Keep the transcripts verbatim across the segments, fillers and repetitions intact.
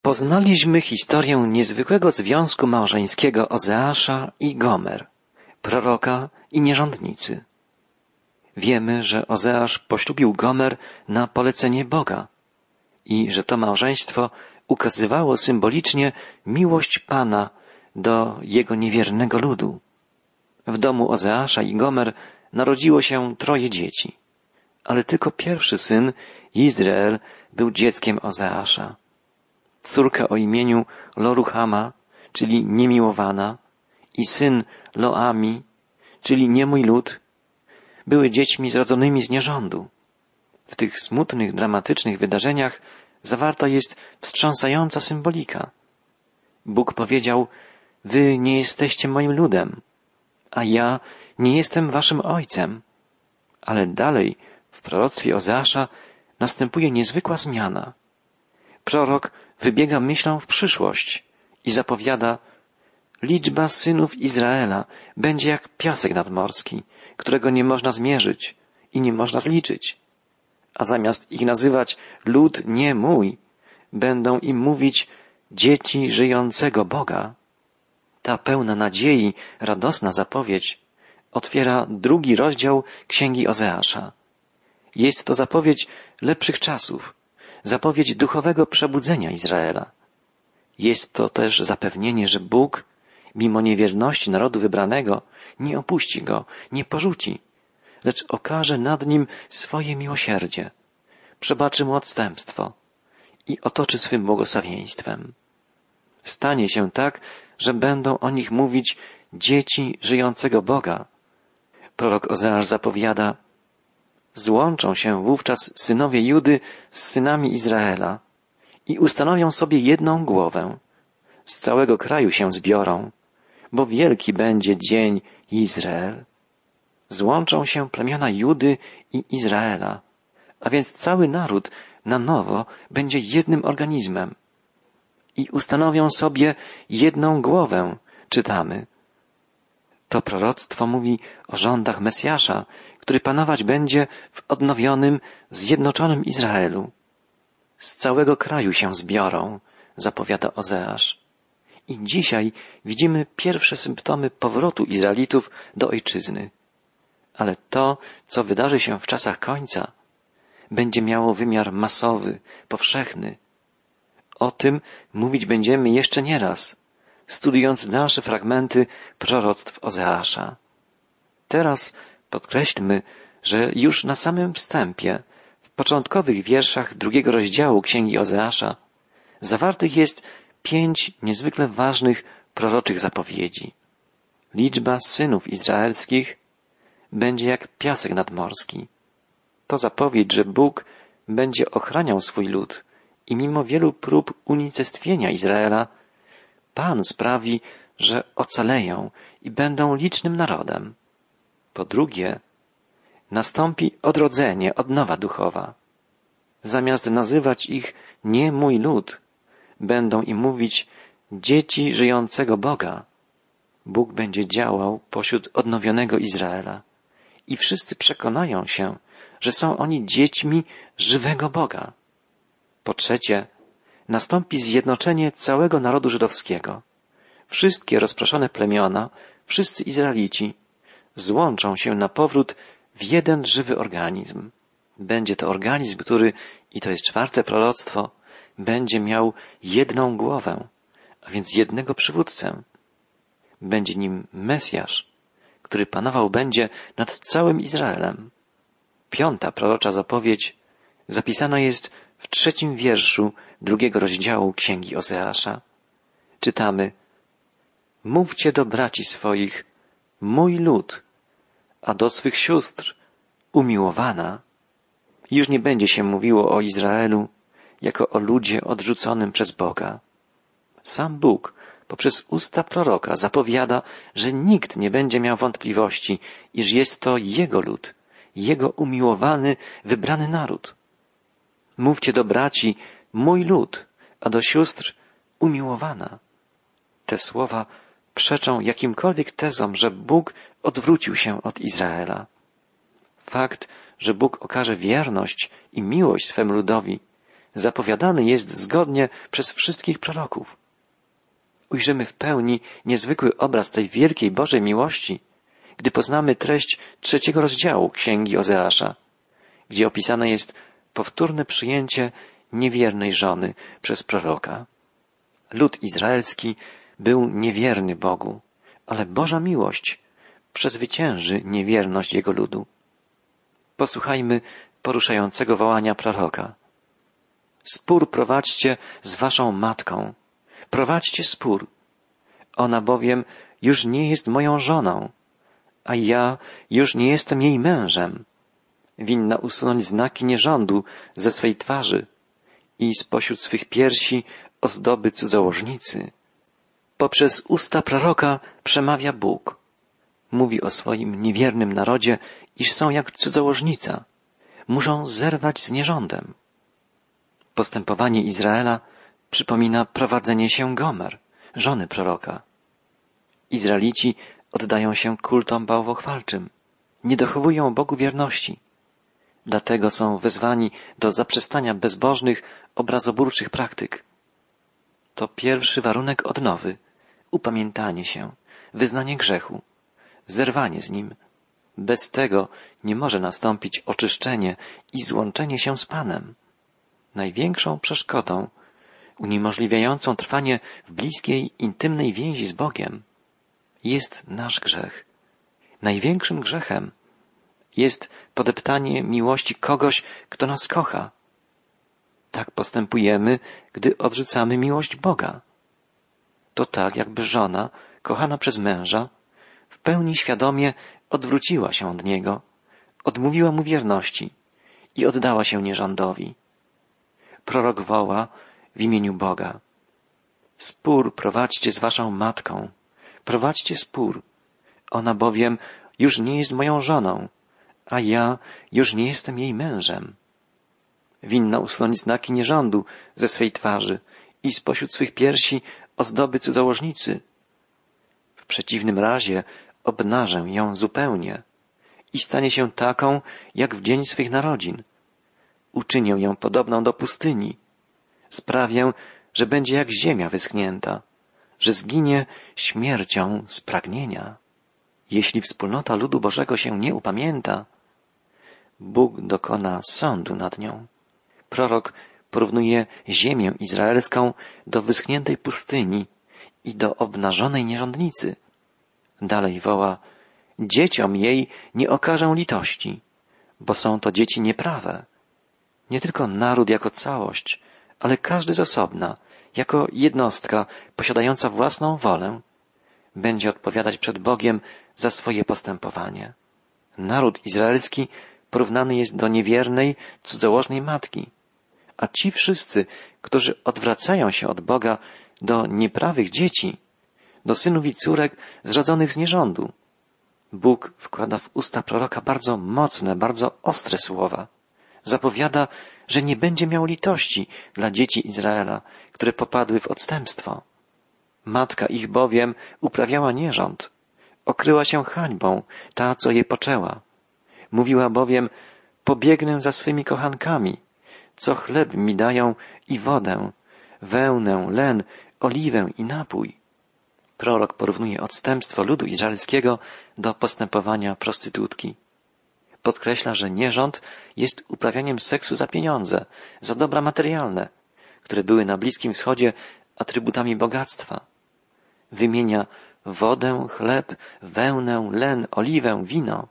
Poznaliśmy historię niezwykłego związku małżeńskiego Ozeasza i Gomer, proroka i nierządnicy. Wiemy, że Ozeasz poślubił Gomer na polecenie Boga i że to małżeństwo ukazywało symbolicznie miłość Pana do jego niewiernego ludu. W domu Ozeasza i Gomer narodziło się troje dzieci, ale tylko pierwszy syn, Izrael, był dzieckiem Ozeasza. Córka o imieniu Loruhama, czyli niemiłowana, i syn Loami, czyli nie mój lud, były dziećmi zrodzonymi z nierządu. W tych smutnych, dramatycznych wydarzeniach zawarta jest wstrząsająca symbolika. Bóg powiedział: wy nie jesteście moim ludem, a ja nie jestem waszym ojcem. Ale dalej w proroctwie Ozeasza następuje niezwykła zmiana. Prorok wybiega myślą w przyszłość i zapowiada: liczba synów Izraela będzie jak piasek nadmorski, którego nie można zmierzyć i nie można zliczyć. A zamiast ich nazywać lud nie mój, będą im mówić dzieci żyjącego Boga. Ta pełna nadziei, radosna zapowiedź otwiera drugi rozdział Księgi Ozeasza. Jest to zapowiedź lepszych czasów, zapowiedź duchowego przebudzenia Izraela. Jest to też zapewnienie, że Bóg, mimo niewierności narodu wybranego, nie opuści go, nie porzuci, lecz okaże nad nim swoje miłosierdzie, przebaczy mu odstępstwo i otoczy swym błogosławieństwem. Stanie się tak, że będą o nich mówić dzieci żyjącego Boga. Prorok Ozeasz zapowiada: złączą się wówczas synowie Judy z synami Izraela i ustanowią sobie jedną głowę. Z całego kraju się zbiorą, bo wielki będzie dzień Izrael. Złączą się plemiona Judy i Izraela, a więc cały naród na nowo będzie jednym organizmem. I ustanowią sobie jedną głowę, czytamy. To proroctwo mówi o rządach Mesjasza, który panować będzie w odnowionym, zjednoczonym Izraelu. Z całego kraju się zbiorą, zapowiada Ozeasz. I dzisiaj widzimy pierwsze symptomy powrotu Izraelitów do ojczyzny. Ale to, co wydarzy się w czasach końca, będzie miało wymiar masowy, powszechny. O tym mówić będziemy jeszcze nie raz, studiując dalsze fragmenty proroctw Ozeasza. Teraz podkreślmy, że już na samym wstępie, w początkowych wierszach drugiego rozdziału Księgi Ozeasza, zawartych jest pięć niezwykle ważnych proroczych zapowiedzi. Liczba synów izraelskich będzie jak piasek nadmorski. To zapowiedź, że Bóg będzie ochraniał swój lud i mimo wielu prób unicestwienia Izraela, Pan sprawi, że ocaleją i będą licznym narodem. Po drugie, nastąpi odrodzenie, odnowa duchowa. Zamiast nazywać ich nie mój lud, będą im mówić dzieci żyjącego Boga. Bóg będzie działał pośród odnowionego Izraela i wszyscy przekonają się, że są oni dziećmi żywego Boga. Po trzecie, nastąpi zjednoczenie całego narodu żydowskiego. Wszystkie rozproszone plemiona, wszyscy Izraelici złączą się na powrót w jeden żywy organizm. Będzie to organizm, który, i to jest czwarte proroctwo, będzie miał jedną głowę, a więc jednego przywódcę. Będzie nim Mesjasz, który panował będzie nad całym Izraelem. Piąta prorocza zapowiedź zapisana jest w trzecim wierszu drugiego rozdziału Księgi Ozeasza. Czytamy: mówcie do braci swoich, mój lud, a do swych sióstr, umiłowana. Już nie będzie się mówiło o Izraelu jako o ludzie odrzuconym przez Boga. Sam Bóg poprzez usta proroka zapowiada, że nikt nie będzie miał wątpliwości, iż jest to Jego lud, Jego umiłowany, wybrany naród. Mówcie do braci, mój lud, a do sióstr, umiłowana. Te słowa przeczą jakimkolwiek tezom, że Bóg odwrócił się od Izraela. Fakt, że Bóg okaże wierność i miłość swemu ludowi, zapowiadany jest zgodnie przez wszystkich proroków. Ujrzymy w pełni niezwykły obraz tej wielkiej Bożej miłości, gdy poznamy treść trzeciego rozdziału Księgi Ozeasza, gdzie opisane jest powtórne przyjęcie niewiernej żony przez proroka. Lud izraelski był niewierny Bogu, ale Boża miłość przezwycięży niewierność Jego ludu. Posłuchajmy poruszającego wołania proroka. Spór prowadźcie z waszą matką. Prowadźcie spór. Ona bowiem już nie jest moją żoną, a ja już nie jestem jej mężem. Winna usunąć znaki nierządu ze swej twarzy i spośród swych piersi ozdoby cudzołożnicy. Poprzez usta proroka przemawia Bóg. Mówi o swoim niewiernym narodzie, iż są jak cudzołożnica. Muszą zerwać z nierządem. Postępowanie Izraela przypomina prowadzenie się Gomer, żony proroka. Izraelici oddają się kultom bałwochwalczym, nie dochowują Bogu wierności. Dlatego są wezwani do zaprzestania bezbożnych, obrazoburczych praktyk. To pierwszy warunek odnowy, upamiętanie się, wyznanie grzechu, zerwanie z nim. Bez tego nie może nastąpić oczyszczenie i złączenie się z Panem. Największą przeszkodą uniemożliwiającą trwanie w bliskiej, intymnej więzi z Bogiem jest nasz grzech. Największym grzechem jest podeptanie miłości kogoś, kto nas kocha. Tak postępujemy, gdy odrzucamy miłość Boga. To tak, jakby żona, kochana przez męża, w pełni świadomie odwróciła się od niego, odmówiła mu wierności i oddała się nierządowi. Prorok woła w imieniu Boga. Spór prowadźcie z waszą matką. Prowadźcie spór. Ona bowiem już nie jest moją żoną, a ja już nie jestem jej mężem. Winna usunąć znaki nierządu ze swej twarzy i spośród swych piersi ozdoby cudzołożnicy. W przeciwnym razie obnażę ją zupełnie i stanie się taką, jak w dzień swych narodzin. Uczynię ją podobną do pustyni. Sprawię, że będzie jak ziemia wyschnięta, że zginie śmiercią z pragnienia. Jeśli wspólnota ludu Bożego się nie upamięta, Bóg dokona sądu nad nią. Prorok porównuje ziemię izraelską do wyschniętej pustyni i do obnażonej nierządnicy. Dalej woła, dzieciom jej nie okażę litości, bo są to dzieci nieprawe. Nie tylko naród jako całość, ale każdy z osobna, jako jednostka posiadająca własną wolę, będzie odpowiadać przed Bogiem za swoje postępowanie. Naród izraelski porównany jest do niewiernej, cudzołożnej matki, a ci wszyscy, którzy odwracają się od Boga do nieprawych dzieci, do synów i córek zrodzonych z nierządu. Bóg wkłada w usta proroka bardzo mocne, bardzo ostre słowa. Zapowiada, że nie będzie miał litości dla dzieci Izraela, które popadły w odstępstwo. Matka ich bowiem uprawiała nierząd, okryła się hańbą, ta, co je poczęła. Mówiła bowiem, pobiegnę za swymi kochankami, co chleb mi dają i wodę, wełnę, len, oliwę i napój. Prorok porównuje odstępstwo ludu izraelskiego do postępowania prostytutki. Podkreśla, że nierząd jest uprawianiem seksu za pieniądze, za dobra materialne, które były na Bliskim Wschodzie atrybutami bogactwa. Wymienia wodę, chleb, wełnę, len, oliwę, wino.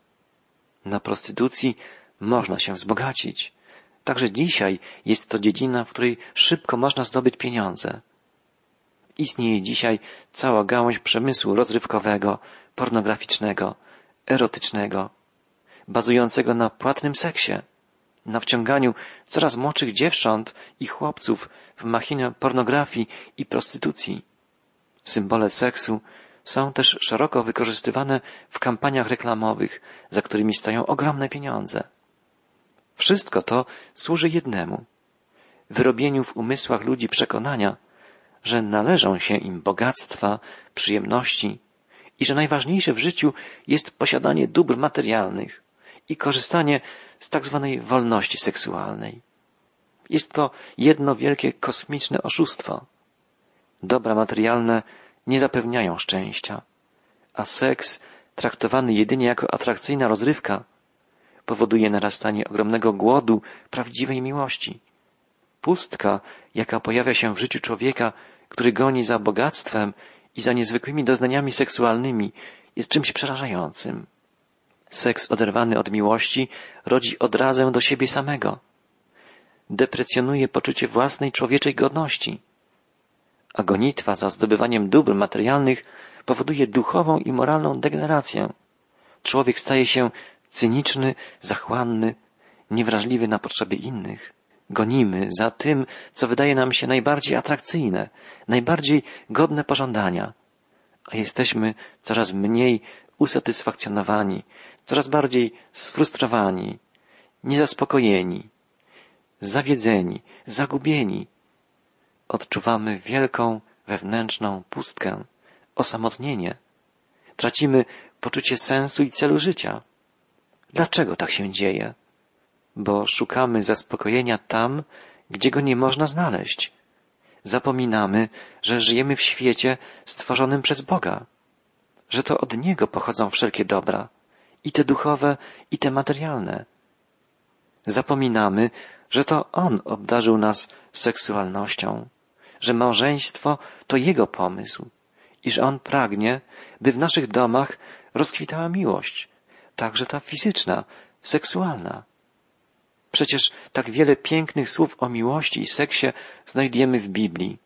Na prostytucji można się wzbogacić. Także dzisiaj jest to dziedzina, w której szybko można zdobyć pieniądze. Istnieje dzisiaj cała gałąź przemysłu rozrywkowego, pornograficznego, erotycznego, bazującego na płatnym seksie, na wciąganiu coraz młodszych dziewcząt i chłopców w machinę pornografii i prostytucji. Symbole seksu są też szeroko wykorzystywane w kampaniach reklamowych, za którymi stoją ogromne pieniądze. Wszystko to służy jednemu – wyrobieniu w umysłach ludzi przekonania, że należą się im bogactwa, przyjemności i że najważniejsze w życiu jest posiadanie dóbr materialnych i korzystanie z tak zwanej wolności seksualnej. Jest to jedno wielkie kosmiczne oszustwo. Dobra materialne nie zapewniają szczęścia, a seks, traktowany jedynie jako atrakcyjna rozrywka, powoduje narastanie ogromnego głodu prawdziwej miłości. Pustka, jaka pojawia się w życiu człowieka, który goni za bogactwem i za niezwykłymi doznaniami seksualnymi, jest czymś przerażającym. Seks oderwany od miłości rodzi odrazę do siebie samego. Deprecjonuje poczucie własnej człowieczej godności. A gonitwa za zdobywaniem dóbr materialnych powoduje duchową i moralną degenerację. Człowiek staje się cyniczny, zachłanny, niewrażliwy na potrzeby innych. Gonimy za tym, co wydaje nam się najbardziej atrakcyjne, najbardziej godne pożądania, a jesteśmy coraz mniej usatysfakcjonowani, coraz bardziej sfrustrowani, niezaspokojeni, zawiedzeni, zagubieni. Odczuwamy wielką wewnętrzną pustkę, osamotnienie. Tracimy poczucie sensu i celu życia. Dlaczego tak się dzieje? Bo szukamy zaspokojenia tam, gdzie go nie można znaleźć. Zapominamy, że żyjemy w świecie stworzonym przez Boga, że to od Niego pochodzą wszelkie dobra, i te duchowe, i te materialne. Zapominamy, że to On obdarzył nas seksualnością, że małżeństwo to Jego pomysł i że On pragnie, by w naszych domach rozkwitała miłość, także ta fizyczna, seksualna. Przecież tak wiele pięknych słów o miłości i seksie znajdujemy w Biblii.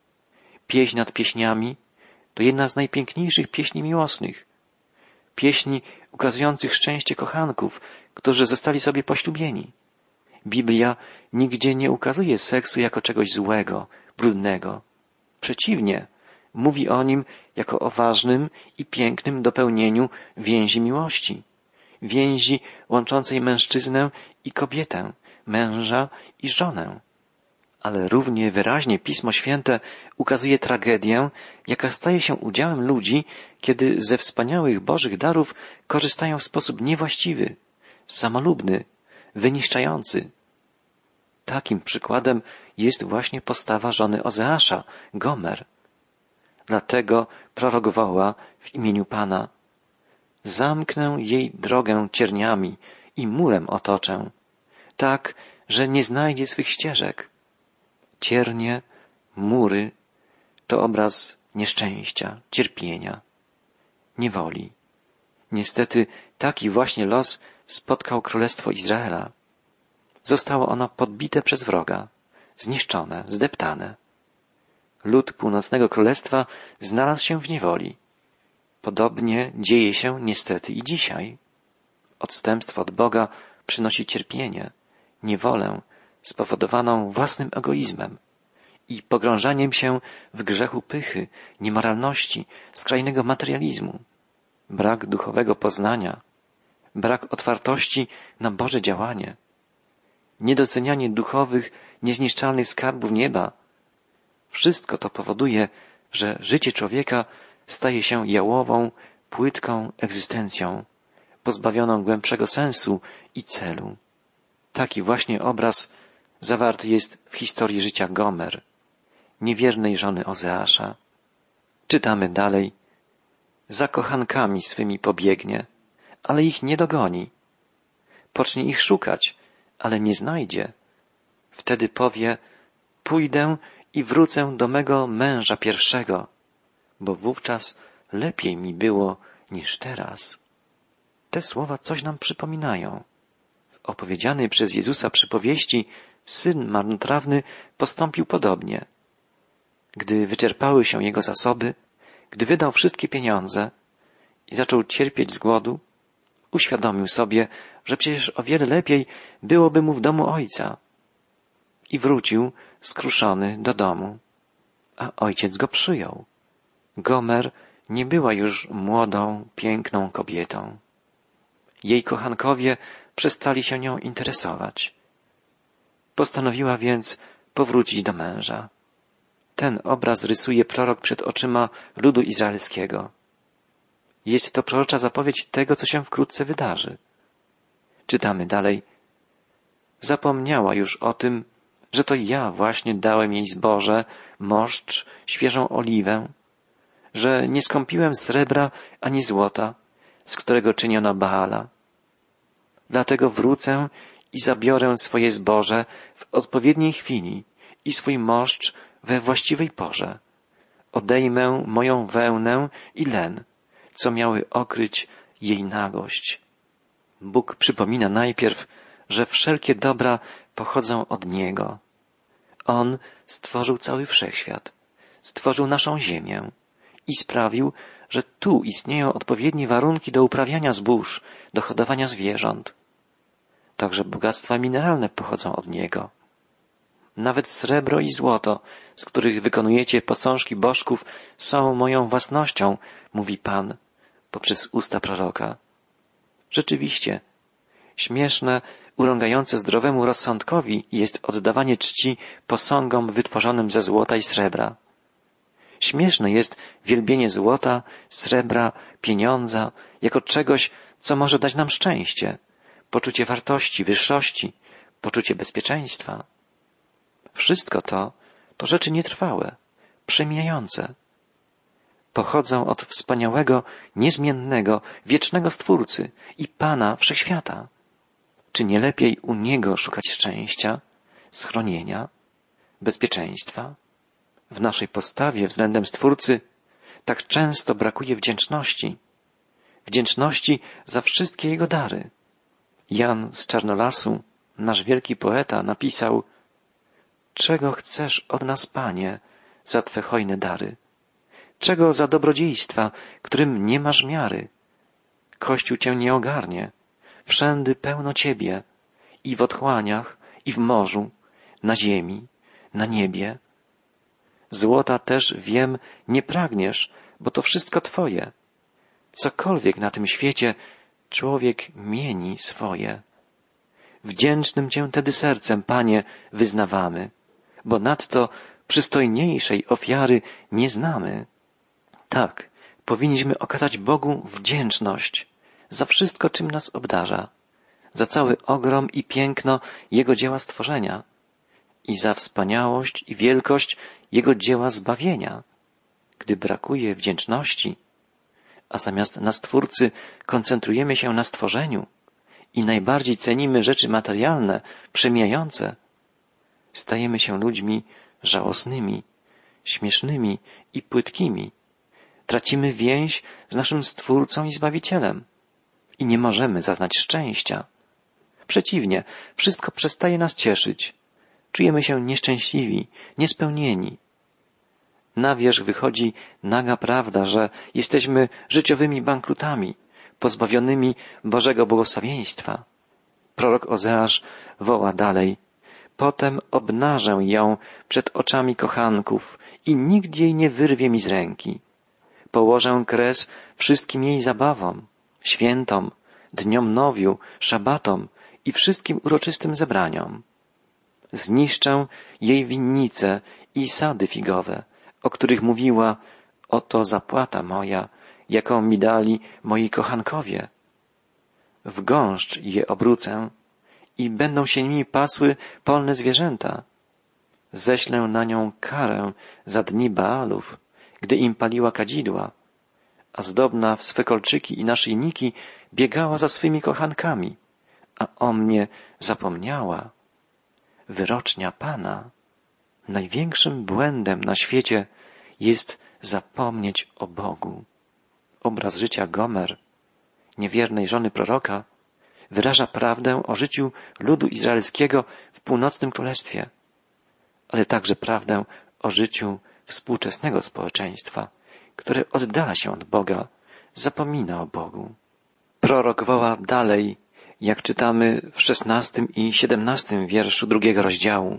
Pieśń nad pieśniami to jedna z najpiękniejszych pieśni miłosnych. Pieśni ukazujących szczęście kochanków, którzy zostali sobie poślubieni. Biblia nigdzie nie ukazuje seksu jako czegoś złego, brudnego. Przeciwnie, mówi o nim jako o ważnym i pięknym dopełnieniu więzi miłości. Więzi łączącej mężczyznę i kobietę, męża i żonę. Ale równie wyraźnie Pismo Święte ukazuje tragedię, jaka staje się udziałem ludzi, kiedy ze wspaniałych Bożych darów korzystają w sposób niewłaściwy, samolubny, wyniszczający. Takim przykładem jest właśnie postawa żony Ozeasza, Gomer. Dlatego prorok woła w imieniu Pana: zamknę jej drogę cierniami i murem otoczę, tak, że nie znajdzie swych ścieżek. Ciernie, mury to obraz nieszczęścia, cierpienia, niewoli. Niestety taki właśnie los spotkał Królestwo Izraela. Zostało ono podbite przez wroga, zniszczone, zdeptane. Lud Północnego Królestwa znalazł się w niewoli. Podobnie dzieje się niestety i dzisiaj. Odstępstwo od Boga przynosi cierpienie, niewolę spowodowaną własnym egoizmem i pogrążaniem się w grzechu pychy, niemoralności, skrajnego materializmu. Brak duchowego poznania, brak otwartości na Boże działanie, niedocenianie duchowych, niezniszczalnych skarbów nieba. Wszystko to powoduje, że życie człowieka staje się jałową, płytką egzystencją, pozbawioną głębszego sensu i celu. Taki właśnie obraz zawarty jest w historii życia Gomer, niewiernej żony Ozeasza. Czytamy dalej. Za kochankami swymi pobiegnie, ale ich nie dogoni. Pocznie ich szukać, ale nie znajdzie. Wtedy powie: pójdę i wrócę do mego męża pierwszego, bo wówczas lepiej mi było niż teraz. Te słowa coś nam przypominają. W opowiedzianej przez Jezusa przypowieści syn marnotrawny postąpił podobnie. Gdy wyczerpały się jego zasoby, gdy wydał wszystkie pieniądze i zaczął cierpieć z głodu, uświadomił sobie, że przecież o wiele lepiej byłoby mu w domu ojca. I wrócił skruszony do domu, a ojciec go przyjął. Gomer nie była już młodą, piękną kobietą. Jej kochankowie przestali się nią interesować. Postanowiła więc powrócić do męża. Ten obraz rysuje prorok przed oczyma ludu izraelskiego. Jest to prorocza zapowiedź tego, co się wkrótce wydarzy. Czytamy dalej. Zapomniała już o tym, że to ja właśnie dałem jej zboże, moszcz, świeżą oliwę, że nie skąpiłem srebra ani złota, z którego czyniono Baala. Dlatego wrócę i zabiorę swoje zboże w odpowiedniej chwili i swój moszcz we właściwej porze. Odejmę moją wełnę i len, co miały okryć jej nagość. Bóg przypomina najpierw, że wszelkie dobra pochodzą od Niego. On stworzył cały wszechświat, stworzył naszą ziemię i sprawił, że tu istnieją odpowiednie warunki do uprawiania zbóż, do hodowania zwierząt. Także bogactwa mineralne pochodzą od Niego. Nawet srebro i złoto, z których wykonujecie posążki bożków, są moją własnością, mówi Pan poprzez usta proroka. Rzeczywiście, śmieszne, urągające zdrowemu rozsądkowi jest oddawanie czci posągom wytworzonym ze złota i srebra. Śmieszne jest wielbienie złota, srebra, pieniądza jako czegoś, co może dać nam szczęście, poczucie wartości, wyższości, poczucie bezpieczeństwa. Wszystko to to rzeczy nietrwałe, przemijające. Pochodzą od wspaniałego, niezmiennego, wiecznego Stwórcy i Pana Wszechświata. Czy nie lepiej u Niego szukać szczęścia, schronienia, bezpieczeństwa? W naszej postawie względem Stwórcy tak często brakuje wdzięczności. Wdzięczności za wszystkie Jego dary. Jan z Czarnolasu, nasz wielki poeta, napisał: czego chcesz od nas, Panie, za Twe hojne dary? Czego za dobrodziejstwa, którym nie masz miary? Kościół Cię nie ogarnie, wszędy pełno Ciebie, i w otchłaniach, i w morzu, na ziemi, na niebie. Złota też, wiem, nie pragniesz, bo to wszystko Twoje. Cokolwiek na tym świecie człowiek mieni swoje. Wdzięcznym Cię tedy sercem, Panie, wyznawamy, bo nadto przystojniejszej ofiary nie znamy. Tak, powinniśmy okazać Bogu wdzięczność za wszystko, czym nas obdarza, za cały ogrom i piękno Jego dzieła stworzenia i za wspaniałość i wielkość Jego dzieła zbawienia. Gdy brakuje wdzięczności, a zamiast na Stwórcy koncentrujemy się na stworzeniu i najbardziej cenimy rzeczy materialne, przemijające, stajemy się ludźmi żałosnymi, śmiesznymi i płytkimi. Tracimy więź z naszym Stwórcą i Zbawicielem i nie możemy zaznać szczęścia. Przeciwnie, wszystko przestaje nas cieszyć. Czujemy się nieszczęśliwi, niespełnieni. Na wierzch wychodzi naga prawda, że jesteśmy życiowymi bankrutami, pozbawionymi Bożego błogosławieństwa. Prorok Ozeasz woła dalej: potem obnażę ją przed oczami kochanków i nikt jej nie wyrwie mi z ręki. Położę kres wszystkim jej zabawom, świętom, dniom nowiu, szabatom i wszystkim uroczystym zebraniom. Zniszczę jej winnice i sady figowe, o których mówiła: oto zapłata moja, jaką mi dali moi kochankowie. W gąszcz je obrócę i będą się nimi pasły polne zwierzęta. Ześlę na nią karę za dni Baalów, gdy im paliła kadzidła, a zdobna w swe kolczyki i naszyjniki biegała za swymi kochankami, a o mnie zapomniała. Wyrocznia Pana. Największym błędem na świecie jest zapomnieć o Bogu. Obraz życia Gomer, niewiernej żony proroka, wyraża prawdę o życiu ludu izraelskiego w północnym królestwie, ale także prawdę o życiu współczesnego społeczeństwa, które oddala się od Boga, zapomina o Bogu. Prorok woła dalej, jak czytamy w szesnastym i siedemnastym wierszu drugiego rozdziału.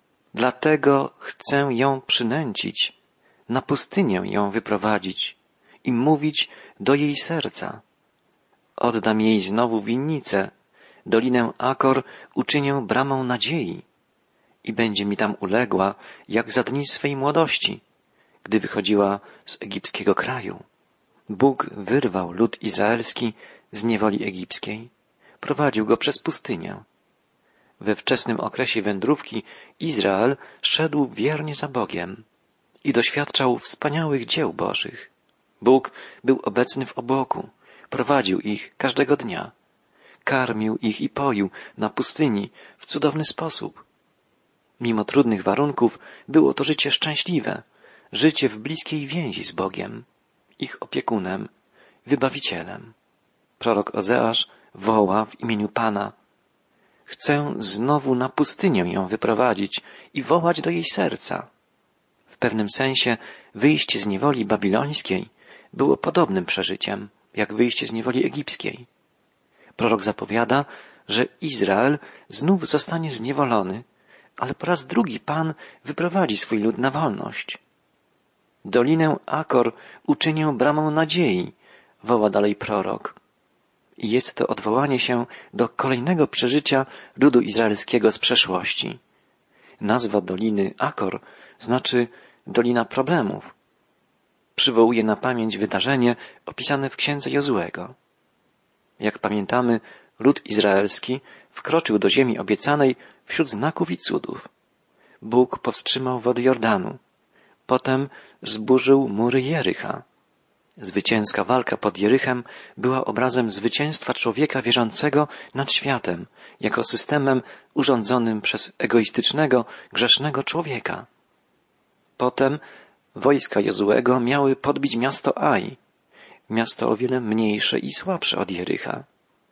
Dlatego chcę ją przynęcić, na pustynię ją wyprowadzić i mówić do jej serca. Oddam jej znowu winnicę, dolinę Akor uczynię bramą nadziei i będzie mi tam uległa, jak za dni swej młodości, gdy wychodziła z egipskiego kraju. Bóg wyrwał lud izraelski z niewoli egipskiej, prowadził go przez pustynię. We wczesnym okresie wędrówki Izrael szedł wiernie za Bogiem i doświadczał wspaniałych dzieł Bożych. Bóg był obecny w obłoku, prowadził ich każdego dnia, karmił ich i poił na pustyni w cudowny sposób. Mimo trudnych warunków było to życie szczęśliwe, życie w bliskiej więzi z Bogiem, ich opiekunem, wybawicielem. Prorok Ozeasz woła w imieniu Pana: chcę znowu na pustynię ją wyprowadzić i wołać do jej serca. W pewnym sensie wyjście z niewoli babilońskiej było podobnym przeżyciem, jak wyjście z niewoli egipskiej. Prorok zapowiada, że Izrael znów zostanie zniewolony, ale po raz drugi Pan wyprowadzi swój lud na wolność. Dolinę Akor uczynię bramą nadziei, woła dalej prorok. I jest to odwołanie się do kolejnego przeżycia ludu izraelskiego z przeszłości. Nazwa doliny Akor znaczy Dolina Problemów. Przywołuje na pamięć wydarzenie opisane w księdze Jozuego. Jak pamiętamy, lud izraelski wkroczył do ziemi obiecanej wśród znaków i cudów. Bóg powstrzymał wody Jordanu. Potem zburzył mury Jericha. Zwycięska walka pod Jerychem była obrazem zwycięstwa człowieka wierzącego nad światem, jako systemem urządzonym przez egoistycznego, grzesznego człowieka. Potem wojska Jozuego miały podbić miasto Aj, miasto o wiele mniejsze i słabsze od Jericha.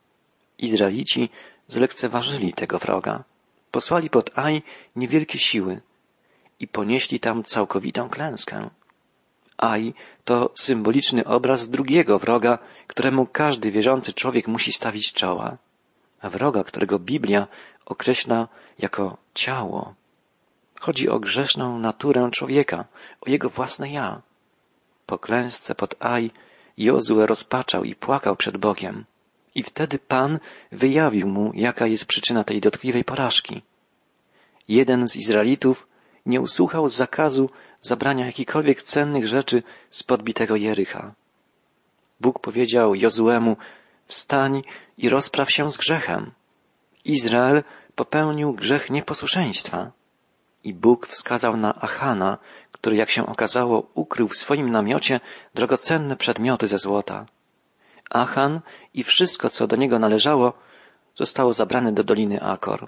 Izraelici zlekceważyli tego wroga, posłali pod Aj niewielkie siły i ponieśli tam całkowitą klęskę. Aj to symboliczny obraz drugiego wroga, któremu każdy wierzący człowiek musi stawić czoła. A wroga, którego Biblia określa jako ciało. Chodzi o grzeszną naturę człowieka, o jego własne ja. Po klęsce pod Aj Jozue rozpaczał i płakał przed Bogiem. I wtedy Pan wyjawił mu, jaka jest przyczyna tej dotkliwej porażki. Jeden z Izraelitów nie usłuchał zakazu zabrania jakichkolwiek cennych rzeczy z podbitego Jericha. Bóg powiedział Jozuemu: wstań i rozpraw się z grzechem. Izrael popełnił grzech nieposłuszeństwa. I Bóg wskazał na Achana, który, jak się okazało, ukrył w swoim namiocie drogocenne przedmioty ze złota. Achan i wszystko, co do niego należało, zostało zabrane do Doliny Akor.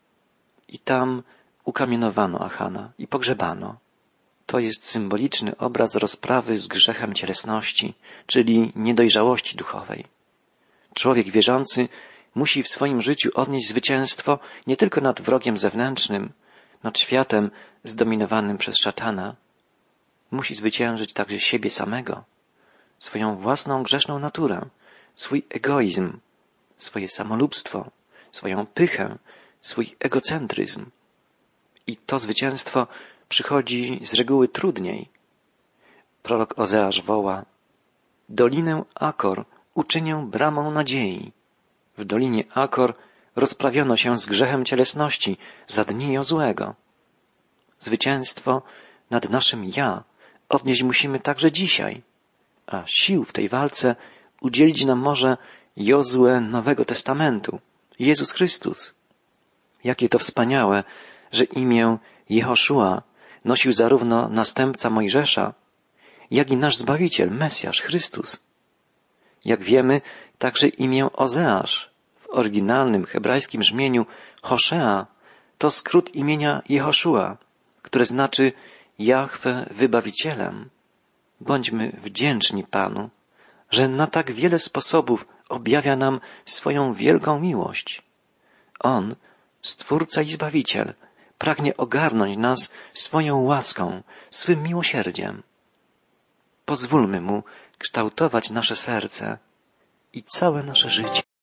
I tam ukamienowano Achana i pogrzebano. To jest symboliczny obraz rozprawy z grzechem cielesności, czyli niedojrzałości duchowej. Człowiek wierzący musi w swoim życiu odnieść zwycięstwo nie tylko nad wrogiem zewnętrznym, nad światem zdominowanym przez szatana. Musi zwyciężyć także siebie samego, swoją własną grzeszną naturę, swój egoizm, swoje samolubstwo, swoją pychę, swój egocentryzm. I to zwycięstwo przychodzi z reguły trudniej. Prorok Ozeasz woła: Dolinę Akor uczynię bramą nadziei. W Dolinie Akor rozprawiono się z grzechem cielesności za dni Jozłego. Zwycięstwo nad naszym ja odnieść musimy także dzisiaj, a sił w tej walce udzielić nam może Jozue Nowego Testamentu, Jezus Chrystus. Jakie to wspaniałe, że imię Jehoszua nosił zarówno następca Mojżesza, jak i nasz Zbawiciel, Mesjasz, Chrystus. Jak wiemy, także imię Ozeasz w oryginalnym hebrajskim brzmieniu Hoszea to skrót imienia Jehoszua, które znaczy Jahwe Wybawicielem. Bądźmy wdzięczni Panu, że na tak wiele sposobów objawia nam swoją wielką miłość. On, Stwórca i Zbawiciel, pragnie ogarnąć nas swoją łaską, swym miłosierdziem. Pozwólmy Mu kształtować nasze serce i całe nasze życie.